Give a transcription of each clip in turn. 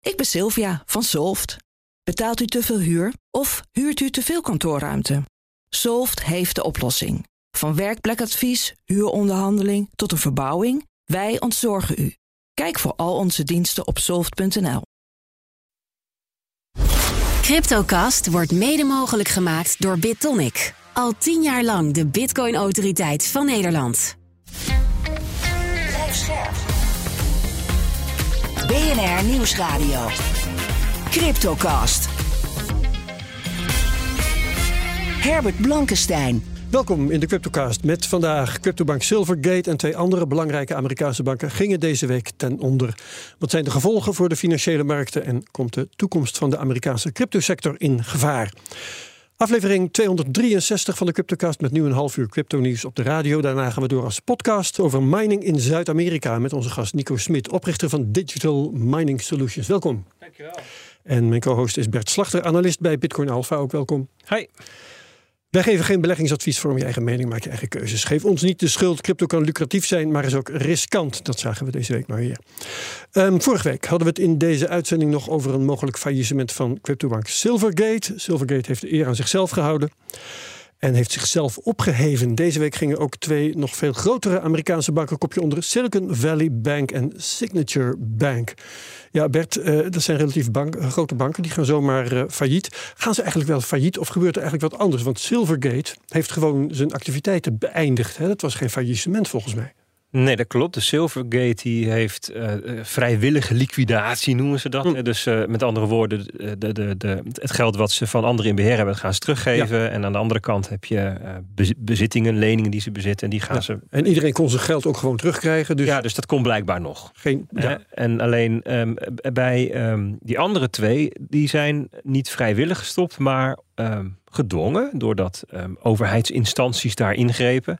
Ik ben Sylvia van Solft. Betaalt u te veel huur of huurt u te veel kantoorruimte? Solft heeft de oplossing. Van werkplekadvies, huuronderhandeling tot een verbouwing, wij ontzorgen u. Kijk voor al onze diensten op soft.nl. Cryptocast wordt mede mogelijk gemaakt door BitTonic. Al 10 jaar lang de Bitcoin-autoriteit van Nederland. Blijf scherp. BNR Nieuwsradio. Cryptocast. Herbert Blankenstein. Welkom in de Cryptocast met vandaag cryptobank Silvergate en 2 andere belangrijke Amerikaanse banken gingen deze week ten onder. Wat zijn de gevolgen voor de financiële markten en komt de toekomst van de Amerikaanse cryptosector in gevaar? Aflevering 263 van de Cryptocast met nu een half uur crypto-nieuws op de radio. Daarna gaan we door als podcast over mining in Zuid-Amerika met onze gast Nico Smit, oprichter van Digital Mining Solutions. Welkom. Dankjewel. En mijn co-host is Bert Slachter, analist bij Bitcoin Alpha. Ook welkom. Hi. Wij geven geen beleggingsadvies, vorm je eigen mening, maak je eigen keuzes. Geef ons niet de schuld. Crypto kan lucratief zijn, maar is ook riskant. Dat zagen we deze week maar weer. Vorige week hadden we het in deze uitzending nog over een mogelijk faillissement van cryptobank Silvergate. Silvergate heeft de eer aan zichzelf gehouden en heeft zichzelf opgeheven. Deze week gingen ook 2 nog veel grotere Amerikaanse banken kopje onder: Silicon Valley Bank en Signature Bank. Ja, Bert, dat zijn relatief grote banken, die gaan zomaar failliet. Gaan ze eigenlijk wel failliet of gebeurt er eigenlijk wat anders? Want Silvergate heeft gewoon zijn activiteiten beëindigd. Hè? Dat was geen faillissement volgens mij. Nee, dat klopt. De Silvergate die heeft vrijwillige liquidatie, noemen ze dat. Dus met andere woorden, het geld wat ze van anderen in beheer hebben, gaan ze teruggeven. Ja. En aan de andere kant heb je bezittingen, leningen die ze bezitten. En die gaan ze. En iedereen kon zijn geld ook gewoon terugkrijgen. Dus... Ja, dus dat kon blijkbaar nog. En alleen bij die andere 2, die zijn niet vrijwillig gestopt, maar gedwongen, doordat overheidsinstanties daar ingrepen.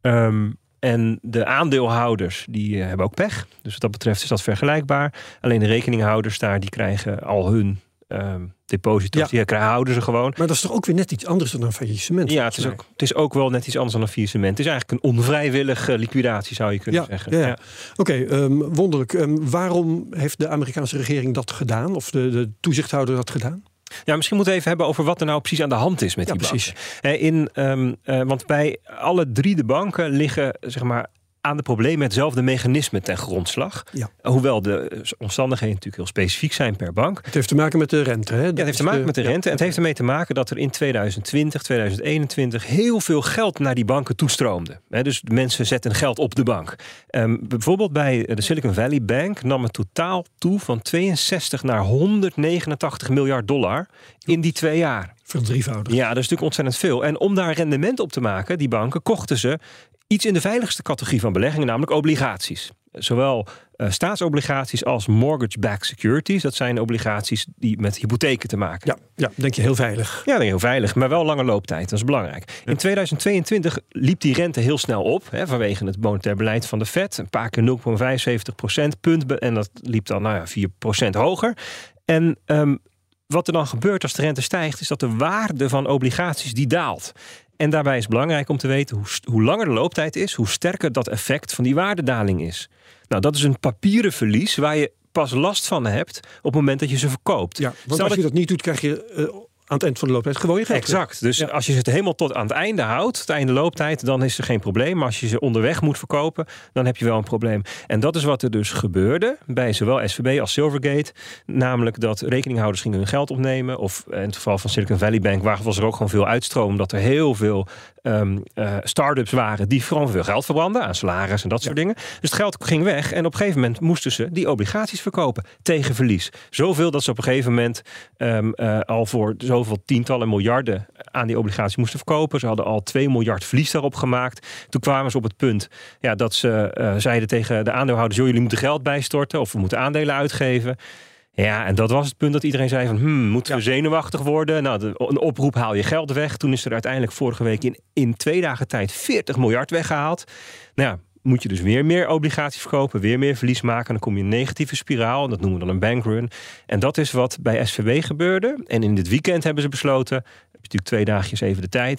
En de aandeelhouders die hebben ook pech. Dus wat dat betreft is dat vergelijkbaar. Alleen de rekeninghouders daar, die krijgen al hun deposito's. Ja. Die houden ze gewoon. Maar dat is toch ook weer net iets anders dan een faillissement? Ja, het is ook wel net iets anders dan een faillissement. Het is eigenlijk een onvrijwillige liquidatie, zou je kunnen zeggen. Ja. Oké, wonderlijk. Waarom heeft de Amerikaanse regering dat gedaan? Of de toezichthouder dat gedaan? Ja, misschien moeten we even hebben over wat er nou precies aan de hand is met die banken. Want bij alle 3 de banken liggen, zeg maar, aan de problemen hetzelfde mechanisme ten grondslag. Ja. Hoewel de omstandigheden natuurlijk heel specifiek zijn per bank. Het heeft te maken met de rente. Hè? Het heeft te maken met de rente. En het heeft ermee te maken dat er in 2020, 2021 heel veel geld naar die banken toestroomde. Dus mensen zetten geld op de bank. Bijvoorbeeld bij de Silicon Valley Bank nam het totaal toe van 62 naar 189 miljard dollar in die 2 jaar. Verdrievoudigd. Ja, dat is natuurlijk ontzettend veel. En om daar rendement op te maken, die banken, kochten ze iets in de veiligste categorie van beleggingen, namelijk obligaties. Zowel staatsobligaties als mortgage-backed securities. Dat zijn obligaties die met hypotheken te maken hebben. Ja, denk je heel veilig. Ja, heel veilig, maar wel lange looptijd. Dat is belangrijk. Ja. In 2022 liep die rente heel snel op, vanwege het monetair beleid van de Fed. Een paar keer 0,75 punt. En dat liep dan 4% hoger. En wat er dan gebeurt als de rente stijgt, is dat de waarde van obligaties die daalt. En daarbij is het belangrijk om te weten hoe langer de looptijd is, hoe sterker dat effect van die waardedaling is. Nou, dat is een papieren verlies waar je pas last van hebt op het moment dat je ze verkoopt. Ja, want als je dat niet doet, krijg je aan het eind van de looptijd gewoon je geld. Exact. Dus als je ze helemaal tot aan het einde houdt, het einde looptijd, dan is er geen probleem. Maar als je ze onderweg moet verkopen, dan heb je wel een probleem. En dat is wat er dus gebeurde bij zowel SVB als Silvergate. Namelijk dat rekeninghouders gingen hun geld opnemen. Of in het geval van Silicon Valley Bank was er ook gewoon veel uitstroom. Omdat er heel veel start-ups waren die gewoon veel geld verbranden aan salaris en dat soort dingen. Dus het geld ging weg en op een gegeven moment moesten ze die obligaties verkopen tegen verlies. Zoveel dat ze op een gegeven moment al voor zoveel tientallen miljarden aan die obligaties moesten verkopen. Ze hadden al 2 miljard verlies daarop gemaakt. Toen kwamen ze op het punt dat ze zeiden tegen de aandeelhouders: jullie moeten geld bijstorten of we moeten aandelen uitgeven. Ja, en dat was het punt dat iedereen zei van, moeten we zenuwachtig worden? Nou, een oproep, haal je geld weg. Toen is er uiteindelijk vorige week in 2 dagen tijd 40 miljard weggehaald. Nou ja, moet je dus weer meer obligaties verkopen, weer meer verlies maken. Dan kom je in een negatieve spiraal. En dat noemen we dan een bankrun. En dat is wat bij SVB gebeurde. En in dit weekend hebben ze besloten, heb je natuurlijk 2 dagjes even de tijd,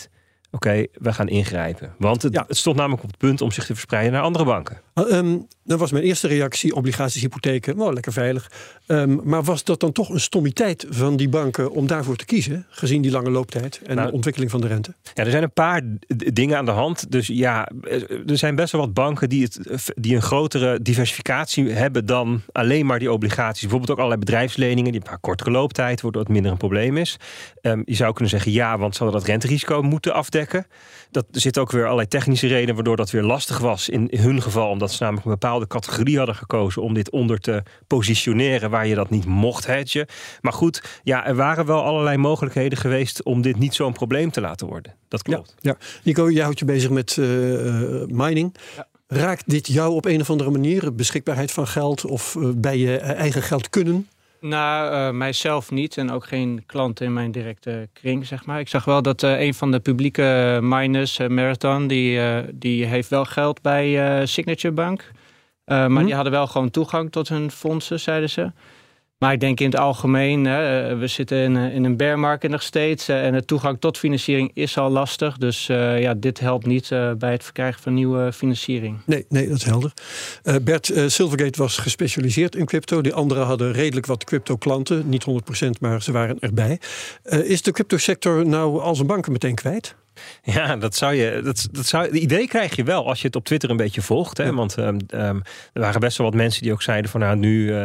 oké, we gaan ingrijpen. Want het stond namelijk op het punt om zich te verspreiden naar andere banken. Dan was mijn eerste reactie, obligaties, hypotheken, lekker veilig. Maar was dat dan toch een stommiteit van die banken om daarvoor te kiezen, gezien die lange looptijd en de ontwikkeling van de rente? Ja, er zijn een paar dingen aan de hand. Dus ja, er zijn best wel wat banken die een grotere diversificatie hebben dan alleen maar die obligaties. Bijvoorbeeld ook allerlei bedrijfsleningen, die hebben een kortere looptijd, waardoor het minder een probleem is. Je zou kunnen zeggen, ja, want ze hadden dat renterisico moeten afdekken. Er zitten ook weer allerlei technische redenen waardoor dat weer lastig was in hun geval, omdat ze namelijk een bepaalde categorie hadden gekozen om dit onder te positioneren waar je dat niet mocht hedgen. Maar goed, ja, er waren wel allerlei mogelijkheden geweest om dit niet zo'n probleem te laten worden. Dat klopt. Ja. Nico, jij houdt je bezig met mining. Ja. Raakt dit jou op een of andere manier, beschikbaarheid van geld of bij je eigen geld kunnen? Nou, mijzelf niet en ook geen klanten in mijn directe kring, zeg maar. Ik zag wel dat een van de publieke miners, Marathon, die heeft wel geld bij Signature Bank. Maar die hadden wel gewoon toegang tot hun fondsen, zeiden ze. Maar ik denk in het algemeen, we zitten in een bear market nog steeds. En de toegang tot financiering is al lastig. Dus dit helpt niet bij het verkrijgen van nieuwe financiering. Nee, dat is helder. Bert, Silvergate was gespecialiseerd in crypto. Die anderen hadden redelijk wat crypto-klanten. Niet 100%, maar ze waren erbij. Is de cryptosector nou al zijn banken meteen kwijt? Ja, het idee krijg je wel als je het op Twitter een beetje volgt. Hè? Ja. Want er waren best wel wat mensen die ook zeiden van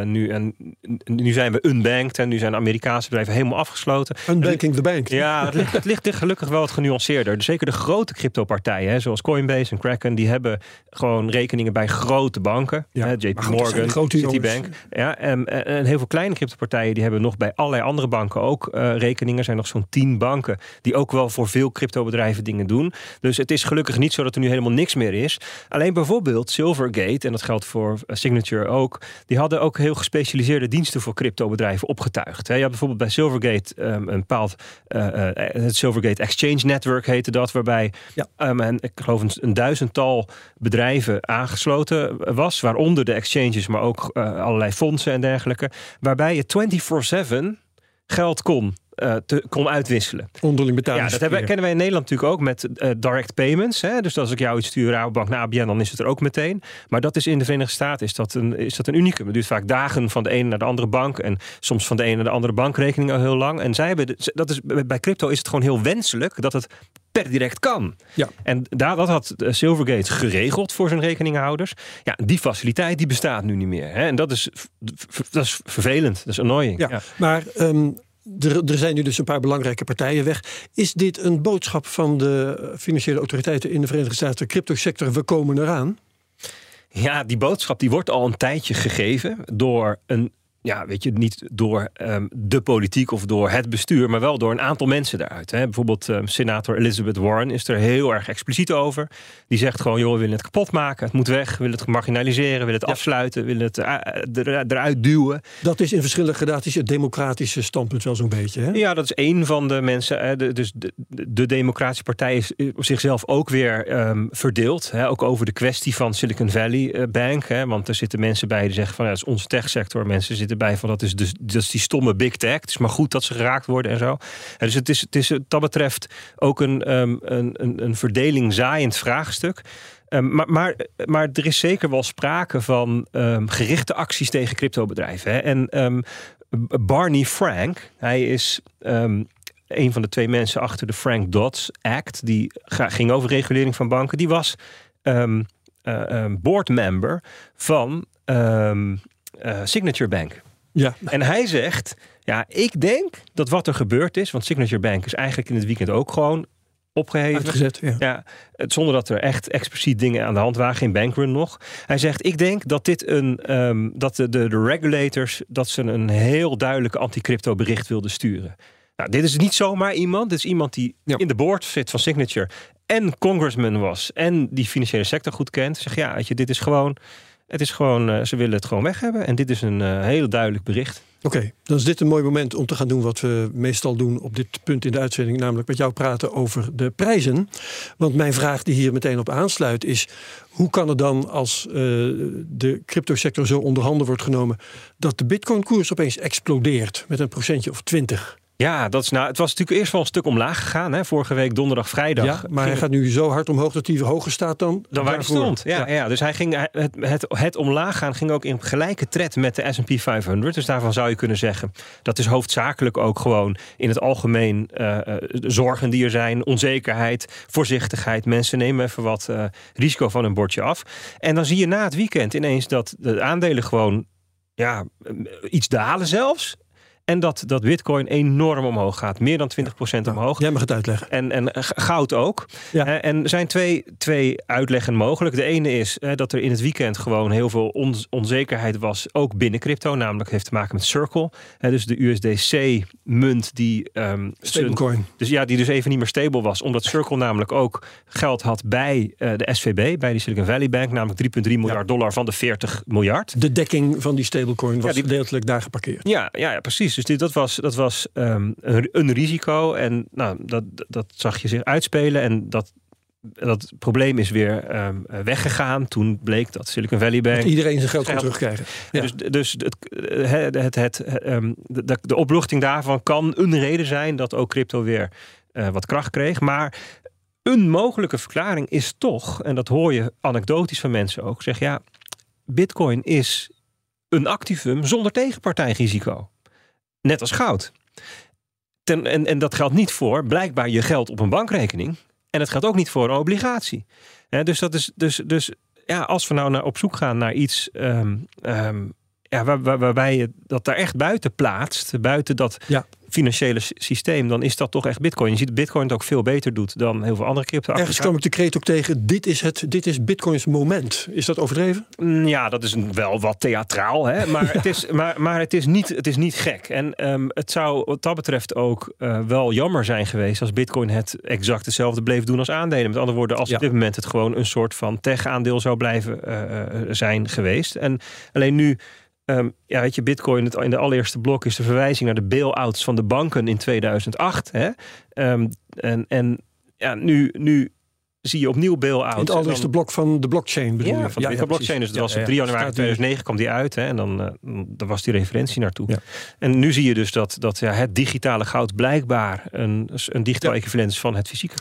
nu zijn we unbanked en nu zijn Amerikaanse bedrijven helemaal afgesloten. Unbanking the bank. Ja, het ligt gelukkig wel wat genuanceerder. Dus zeker de grote cryptopartijen, zoals Coinbase en Kraken, die hebben gewoon rekeningen bij grote banken. Ja, JP Morgan, Citibank. Ja, en heel veel kleine cryptopartijen die hebben nog bij allerlei andere banken ook rekeningen. Er zijn nog zo'n 10 banken die ook wel voor veel cryptobedrijven dingen doen. Dus het is gelukkig niet zo dat er nu helemaal niks meer is. Alleen bijvoorbeeld Silvergate, en dat geldt voor Signature ook, die hadden ook heel gespecialiseerde diensten voor cryptobedrijven opgetuigd. Je had bijvoorbeeld bij Silvergate een bepaald het Silvergate Exchange Network heette dat, waarbij en ik geloof een 1000-tal bedrijven aangesloten was, waaronder de exchanges, maar ook allerlei fondsen en dergelijke, waarbij je 24/7 geld kon uitwisselen. Onderling betalen. Ja, dat kennen wij in Nederland natuurlijk ook met direct payments. Hè? Dus als ik jou iets stuur, Rabobank naar ABN, dan is het er ook meteen. Maar dat is in de Verenigde Staten is dat een unicum. Het duurt vaak dagen van de ene naar de andere bank en soms van de ene naar de andere bankrekening al heel lang. En bij crypto is het gewoon heel wenselijk dat het per direct kan. Ja. En dat had Silvergate geregeld voor zijn rekeninghouders. Ja, die faciliteit die bestaat nu niet meer. Hè? En dat is vervelend. Dat is annoying. Ja. Maar er zijn nu dus een paar belangrijke partijen weg. Is dit een boodschap van de financiële autoriteiten in de Verenigde Staten? De cryptosector, we komen eraan. Ja, die boodschap die wordt al een tijdje gegeven door niet door de politiek of door het bestuur, maar wel door een aantal mensen daaruit. Hè. Bijvoorbeeld senator Elizabeth Warren is er heel erg expliciet over. Die zegt gewoon, we willen het kapot maken, het moet weg, we willen het marginaliseren, we willen het afsluiten, we willen het eruit duwen. Dat is in verschillende gradaties het democratische standpunt wel zo'n beetje. Hè? Ja, dat is één van de mensen. Dus de Democratische Partij is op zichzelf ook weer verdeeld. Hè, ook over de kwestie van Silicon Valley Bank. Hè, want er zitten mensen bij die zeggen van dat is onze techsector. Mensen zitten bij van dat is die stomme big tech. Het is maar goed dat ze geraakt worden en zo. En dus het is dat betreft ook een verdeling zaaiend vraagstuk. Maar er is zeker wel sprake van gerichte acties tegen cryptobedrijven. Hè. En Barney Frank, hij is een van de 2 mensen achter de Frank Dodds Act. Die ging over regulering van banken. Die was boardmember van Signature Bank. Ja. En hij zegt, ik denk dat wat er gebeurd is, want Signature Bank is eigenlijk in het weekend ook gewoon opgeheven. Uitgezet, ja. Zonder dat er echt expliciet dingen aan de hand waren, geen bankrun nog. Hij zegt, ik denk dat dit dat de regulators, dat ze een heel duidelijke anti-crypto bericht wilden sturen. Nou, dit is niet zomaar iemand. Dit is iemand die in de board zit van Signature en congressman was en die financiële sector goed kent. Zegt, dit is gewoon, ze willen het gewoon weg hebben. En dit is een heel duidelijk bericht. Oké, dan is dit een mooi moment om te gaan doen wat we meestal doen op dit punt in de uitzending, namelijk met jou praten over de prijzen. Want mijn vraag die hier meteen op aansluit is, hoe kan het dan als de cryptosector zo onder handen wordt genomen, dat de Bitcoin-koers opeens explodeert met een procentje of 20? Ja, het was natuurlijk eerst wel een stuk omlaag gegaan. Hè? Vorige week donderdag, vrijdag. Ja, maar hij gaat nu zo hard omhoog dat hij hoger staat dan waar hij stond. Ja. Dus hij ging, het omlaag gaan ging ook in gelijke tred met de S&P 500. Dus daarvan zou je kunnen zeggen, dat is hoofdzakelijk ook gewoon in het algemeen zorgen die er zijn, onzekerheid, voorzichtigheid. Mensen nemen even wat risico van hun bordje af. En dan zie je na het weekend ineens dat de aandelen gewoon iets dalen zelfs. En dat Bitcoin enorm omhoog gaat. Meer dan 20% omhoog. Jij mag het uitleggen. En goud ook. Ja. En er zijn twee uitleggen mogelijk. De ene is dat er in het weekend gewoon heel veel onzekerheid was. Ook binnen crypto. Namelijk heeft te maken met Circle. Dus de USDC-munt die... Stablecoin. Die dus even niet meer stable was. Omdat Circle namelijk ook geld had bij de SVB. Bij die Silicon Valley Bank. Namelijk $3,3 miljard van de 40 miljard. De dekking van die stablecoin was gedeeltelijk daar geparkeerd. Ja, precies. Dus dat was een risico. En dat zag je zich uitspelen. En dat probleem is weer weggegaan. Toen bleek dat Silicon Valley Bank... Dat iedereen zijn geld kon terugkrijgen. Ja. Dus de opluchting daarvan kan een reden zijn dat ook crypto weer wat kracht kreeg. Maar een mogelijke verklaring is toch, en dat hoor je anekdotisch van mensen ook, zeg Bitcoin is een activum zonder tegenpartijrisico. Net als goud. En dat geldt niet voor blijkbaar je geld op een bankrekening. En het geldt ook niet voor een obligatie. Dus dat is als we nou op zoek gaan naar iets waarbij je dat daar echt buiten plaatst, buiten dat financiële systeem, dan is dat toch echt Bitcoin. Je ziet dat Bitcoin het ook veel beter doet dan heel veel andere crypto. Ergens kwam ik de kreet ook tegen, dit is Bitcoins moment. Is dat overdreven? Ja, dat is wel wat theatraal, hè? Maar het is niet gek. En het zou wat dat betreft ook wel jammer zijn geweest als Bitcoin het exact hetzelfde bleef doen als aandelen. Met andere woorden, als op dit moment het gewoon een soort van tech-aandeel zou blijven zijn geweest. En alleen nu... Bitcoin in de allereerste blok is de verwijzing naar de bail-outs van de banken in 2008. Hè? Nu zie je opnieuw bail-outs. In het allereerste blok van de blockchain bedoel je? Van de blockchain. Dus het was op 3 januari 2009 kwam die uit. Hè? En daar was die referentie naartoe. Ja. En nu zie je dus dat het digitale goud blijkbaar een digitaal equivalent is van het fysieke.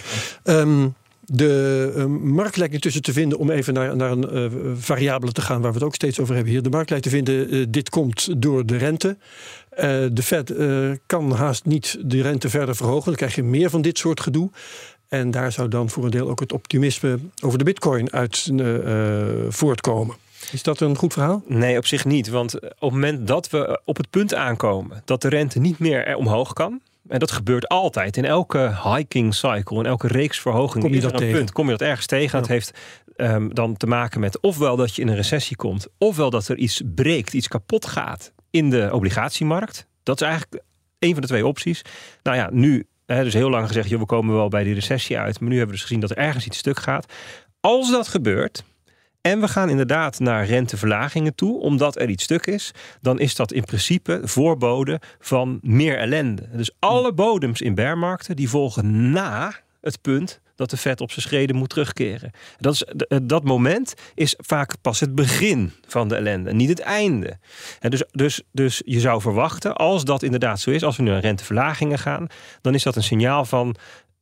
De markt lijkt intussen te vinden, om even naar een variabele te gaan waar we het ook steeds over hebben hier. De markt lijkt te vinden, dit komt door de rente. De Fed kan haast niet de rente verder verhogen. Dan krijg je meer van dit soort gedoe. En daar zou dan voor een deel ook het optimisme over de Bitcoin uit voortkomen. Is dat een goed verhaal? Nee, op zich niet. Want op het moment dat we op het punt aankomen dat de rente niet meer omhoog kan, en dat gebeurt altijd. In elke hiking cycle, in elke reeks verhoging kom je dat tegen. Kom je dat ergens tegen. Ja. Het heeft dan te maken met ofwel dat je in een recessie komt, ofwel dat er iets breekt, iets kapot gaat in de obligatiemarkt. Dat is eigenlijk een van de twee opties. Nou ja, nu, dus heel lang gezegd, we komen wel bij die recessie uit. Maar nu hebben we dus gezien dat er ergens iets stuk gaat. Als dat gebeurt, en we gaan inderdaad naar renteverlagingen toe, omdat er iets stuk is, dan is dat in principe voorbode van meer ellende. Dus alle bodems in bearmarkten die volgen na het punt dat de Fed op zijn schreden moet terugkeren. Dat moment is vaak pas het begin van de ellende, niet het einde. En dus je zou verwachten, als dat inderdaad zo is, als we nu naar renteverlagingen gaan, dan is dat een signaal van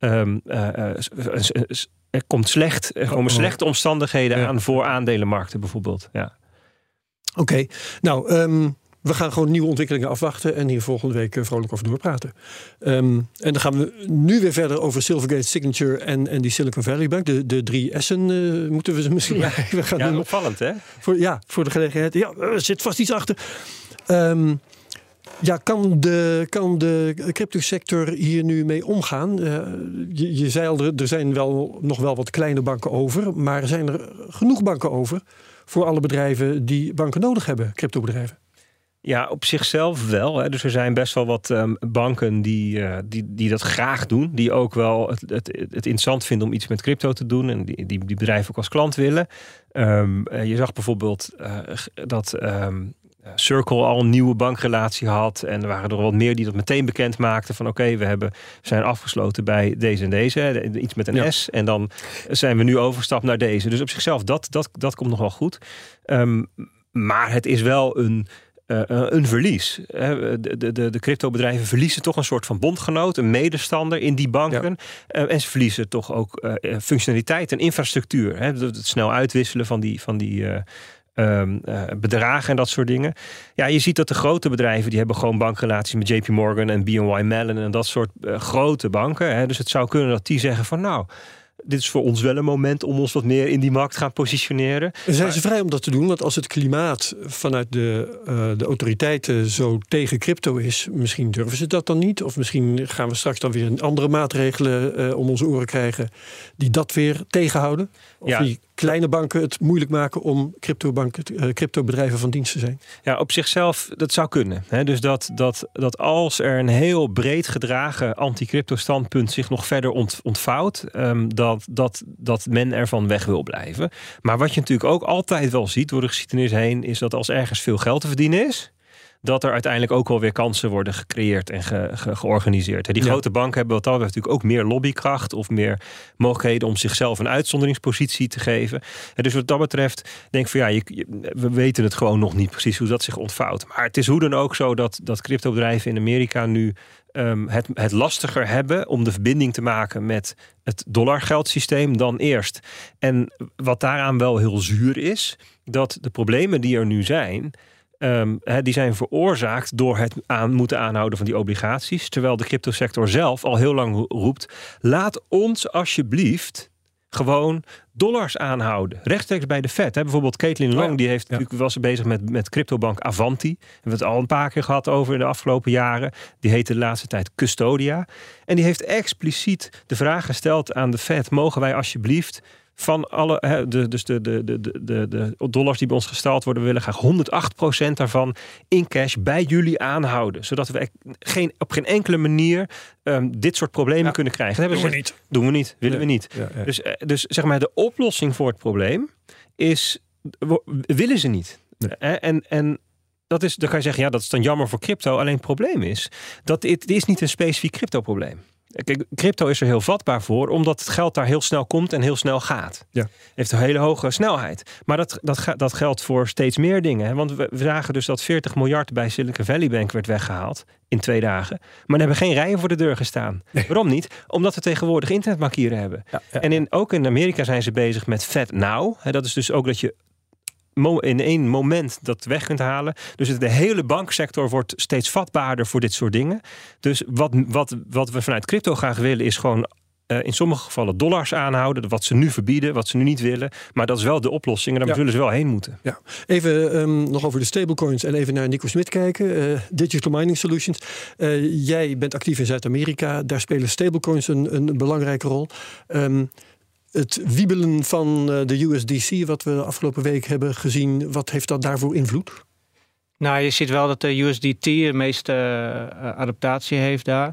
er komen slechte omstandigheden aan voor aandelenmarkten bijvoorbeeld. Ja. Oké. Nou, we gaan gewoon nieuwe ontwikkelingen afwachten en hier volgende week vrolijk over doorpraten. En dan gaan we nu weer verder over Silvergate, Signature en die Silicon Valley Bank. De 3 S'en moeten we ze misschien even gaan doen. Opvallend hè? Voor de gelegenheid. Ja, er zit vast iets achter. Kan de cryptosector hier nu mee omgaan? Je zei al, er zijn nog wel wat kleine banken over. Maar zijn er genoeg banken over voor alle bedrijven die banken nodig hebben, cryptobedrijven? Ja, op zichzelf wel. Hè. Dus er zijn best wel wat banken die dat graag doen. Die ook wel het interessant vinden om iets met crypto te doen. En die bedrijven ook als klant willen. Je zag bijvoorbeeld dat Circle al een nieuwe bankrelatie had. En er waren er wat meer die dat meteen bekend maakten. Van we zijn afgesloten bij deze en deze. Iets met een S. En dan zijn we nu overgestapt naar deze. Dus op zichzelf, dat komt nog wel goed. Maar het is wel een verlies. De cryptobedrijven verliezen toch een soort van bondgenoot, een medestander in die banken. Ja. En ze verliezen toch ook functionaliteit en infrastructuur. Het snel uitwisselen van die bedragen en dat soort dingen. Ja, je ziet dat de grote bedrijven, die hebben gewoon bankrelaties met JP Morgan en BNY Mellon en dat soort grote banken. Dus het zou kunnen dat die zeggen van nou, dit is voor ons wel een moment om ons wat meer in die markt te gaan positioneren. En zijn ze vrij om dat te doen? Want als het klimaat vanuit de autoriteiten zo tegen crypto is, misschien durven ze dat dan niet. Of misschien gaan we straks dan weer andere maatregelen om onze oren krijgen die dat weer tegenhouden. Of die kleine banken het moeilijk maken om cryptobedrijven van dienst te zijn. Ja, op zichzelf, dat zou kunnen. Dus dat als er een heel breed gedragen anti-crypto standpunt zich nog verder ontvouwt, dat men ervan weg wil blijven. Maar wat je natuurlijk ook altijd wel ziet door de geschiedenis heen, is dat als ergens veel geld te verdienen is, dat er uiteindelijk ook wel weer kansen worden gecreëerd en georganiseerd. Die grote banken hebben wat dat betreft natuurlijk ook meer lobbykracht of meer mogelijkheden om zichzelf een uitzonderingspositie te geven. Dus wat dat betreft denk ik van we weten het gewoon nog niet precies hoe dat zich ontvouwt. Maar het is hoe dan ook zo dat cryptobedrijven in Amerika nu het lastiger hebben om de verbinding te maken met het dollargeldsysteem dan eerst. En wat daaraan wel heel zuur is, dat de problemen die er nu zijn, die zijn veroorzaakt door het moeten aanhouden van die obligaties. Terwijl de cryptosector zelf al heel lang roept, laat ons alsjeblieft gewoon dollars aanhouden. Rechtstreeks bij de Fed. Bijvoorbeeld Caitlin Long, was bezig met cryptobank Avanti. Hebben we het al een paar keer gehad over in de afgelopen jaren. Die heette de laatste tijd Custodia. En die heeft expliciet de vraag gesteld aan de Fed, mogen wij alsjeblieft van alle, de dollars die bij ons gestald worden, we willen graag 108% daarvan in cash bij jullie aanhouden. Zodat we op geen enkele manier dit soort problemen kunnen krijgen. Dat doen we niet. Willen we niet. Ja. Dus zeg maar, de oplossing voor het probleem is, willen ze niet. Nee. En dat is, dan kan je zeggen, dat is dan jammer voor crypto. Alleen het probleem is, dat het is niet een specifiek crypto-probleem. Kijk, crypto is er heel vatbaar voor, omdat het geld daar heel snel komt en heel snel gaat. Ja. Heeft een hele hoge snelheid. Maar dat geldt voor steeds meer dingen. Hè? Want we zagen dus dat 40 miljard bij Silicon Valley Bank werd weggehaald in 2 dagen. Maar er hebben geen rijen voor de deur gestaan. Nee. Waarom niet? Omdat we tegenwoordig internetbankieren hebben. Ja. En ook in Amerika zijn ze bezig met FedNow. Dat is dus ook dat je in één moment dat weg kunt halen. Dus de hele banksector wordt steeds vatbaarder voor dit soort dingen. Dus wat we vanuit crypto graag willen is gewoon in sommige gevallen dollars aanhouden. Wat ze nu verbieden, wat ze nu niet willen. Maar dat is wel de oplossing en daar zullen ze wel heen moeten. Ja. Even nog over de stablecoins en even naar Nico Smit kijken. Digital Mining Solutions. Jij bent actief in Zuid-Amerika. Daar spelen stablecoins een belangrijke rol. Het wiebelen van de USDC, wat we de afgelopen week hebben gezien, wat heeft dat daarvoor invloed? Nou, je ziet wel dat de USDT de meeste adaptatie heeft daar.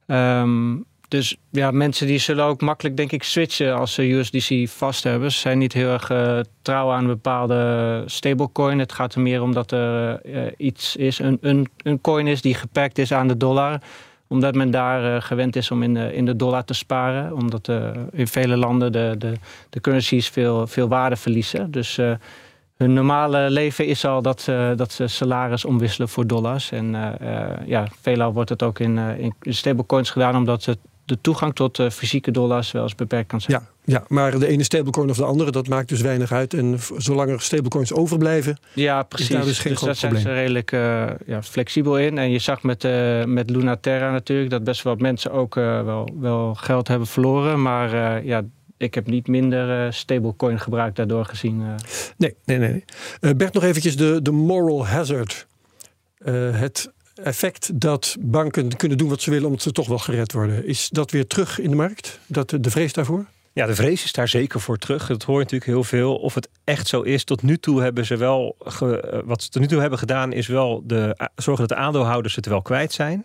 Dus mensen die zullen ook makkelijk, denk ik, switchen als ze USDC vast hebben. Ze zijn niet heel erg trouw aan een bepaalde stablecoin. Het gaat er meer om dat er iets is, een coin is die gepakt is aan de dollar, omdat men daar gewend is om in de dollar te sparen. Omdat in vele landen de currencies veel waarde verliezen. Dus hun normale leven is al dat ze salaris omwisselen voor dollars. En veelal wordt het ook in stablecoins gedaan, omdat de toegang tot fysieke dollars wel eens beperkt kan zijn. Ja, maar de ene stablecoin of de andere, dat maakt dus weinig uit. En zolang er stablecoins overblijven, ja, precies, is daar dus geen groot probleem. Daar zijn ze redelijk flexibel in. En je zag met Lunaterra natuurlijk dat best wel mensen ook wel geld hebben verloren. Maar ik heb niet minder stablecoin gebruik daardoor gezien. Nee. Bert, nog eventjes de moral hazard. Het effect dat banken kunnen doen wat ze willen omdat ze toch wel gered worden. Is dat weer terug in de markt? De vrees daarvoor? Ja, de vrees is daar zeker voor terug. Dat hoor je natuurlijk heel veel. Of het echt zo is, tot nu toe hebben ze wel wat ze tot nu toe hebben gedaan is wel zorgen dat de aandeelhouders het wel kwijt zijn.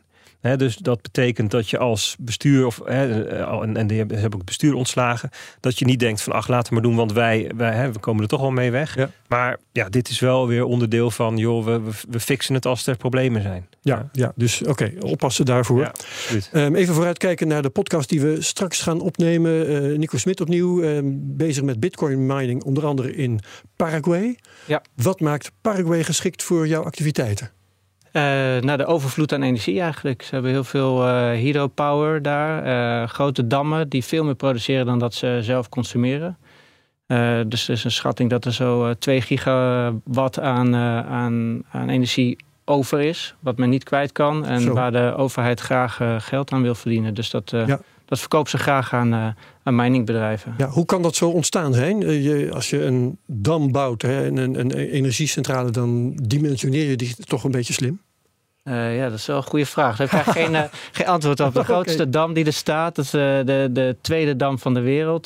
Dus dat betekent dat je als bestuur, en die hebben ook bestuur ontslagen, dat je niet denkt van laten we maar doen, want we komen er toch wel mee weg. Ja. Maar ja, dit is wel weer onderdeel van, we fixen het als er problemen zijn. Ja, dus oké, oppassen daarvoor. Ja, even vooruitkijken naar de podcast die we straks gaan opnemen. Nico Smit opnieuw, bezig met bitcoin mining, onder andere in Paraguay. Ja. Wat maakt Paraguay geschikt voor jouw activiteiten? De overvloed aan energie eigenlijk. Ze hebben heel veel hydropower daar. Grote dammen die veel meer produceren dan dat ze zelf consumeren. Dus er is een schatting dat er zo 2 gigawatt aan energie over is. Wat men niet kwijt kan. En waar de overheid graag geld aan wil verdienen. Dus dat verkoopt ze graag aan miningbedrijven. Ja, hoe kan dat zo ontstaan zijn? Als je een dam bouwt, een energiecentrale, dan dimensioneer je die toch een beetje slim? Dat is wel een goede vraag. Daar heb ik geen antwoord op. De grootste dam die er staat, dat is de tweede dam van de wereld.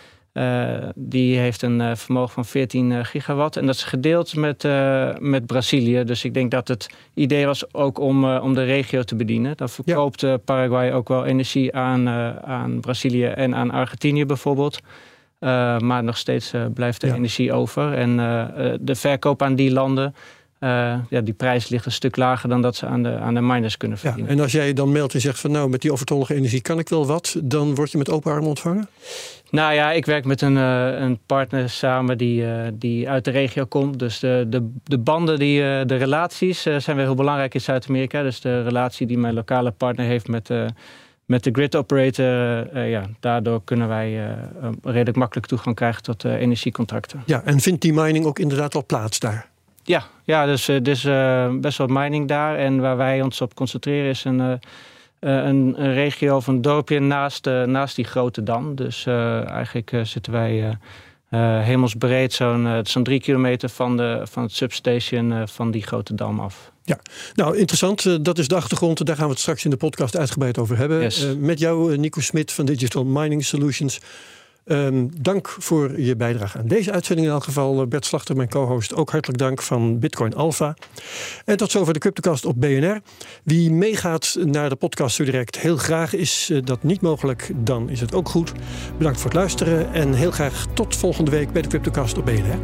Die heeft een vermogen van 14 gigawatt. En dat is gedeeld met Brazilië. Dus ik denk dat het idee was ook om de regio te bedienen. Dan verkoopt Paraguay ook wel energie aan Brazilië en aan Argentinië bijvoorbeeld. Maar nog steeds blijft er energie over. En de verkoop aan die landen, die prijs ligt een stuk lager dan dat ze aan de miners kunnen verdienen. Ja, en als jij dan meldt en zegt van met die overtollige energie kan ik wel wat, dan word je met open armen ontvangen? Nou ja, ik werk met een partner samen die uit de regio komt. Dus de banden, de relaties zijn weer heel belangrijk in Zuid-Amerika. Dus de relatie die mijn lokale partner heeft met de grid operator, daardoor kunnen wij redelijk makkelijk toegang krijgen tot energiecontracten. Ja, en vindt die mining ook inderdaad al plaats daar? Ja, dus er is best wel mining daar. En waar wij ons op concentreren is een regio of een dorpje naast die grote dam. Dus eigenlijk zitten wij hemelsbreed zo'n 3 kilometer van het substation van die grote dam af. Ja, nou interessant. Dat is de achtergrond. Daar gaan we het straks in de podcast uitgebreid over hebben. Yes. Met jou, Nico Smit van Digital Mining Solutions. Dank voor je bijdrage aan deze uitzending in elk geval. Bert Slachter, mijn co-host, ook hartelijk dank van Bitcoin Alpha. En tot zover de Cryptocast op BNR. Wie meegaat naar de podcast zo direct, heel graag. Is dat niet mogelijk, dan is het ook goed. Bedankt voor het luisteren en heel graag tot volgende week bij de Cryptocast op BNR.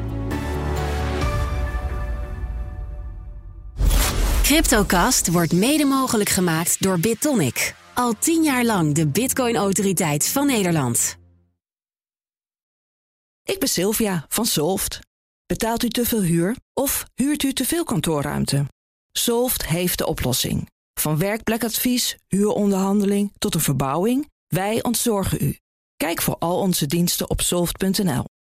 Cryptocast wordt mede mogelijk gemaakt door BitTonic. Al 10 jaar lang de Bitcoin-autoriteit van Nederland. Ik ben Sylvia van Solft. Betaalt u te veel huur of huurt u te veel kantoorruimte? Solft heeft de oplossing. Van werkplekadvies, huuronderhandeling tot een verbouwing, wij ontzorgen u. Kijk voor al onze diensten op solft.nl.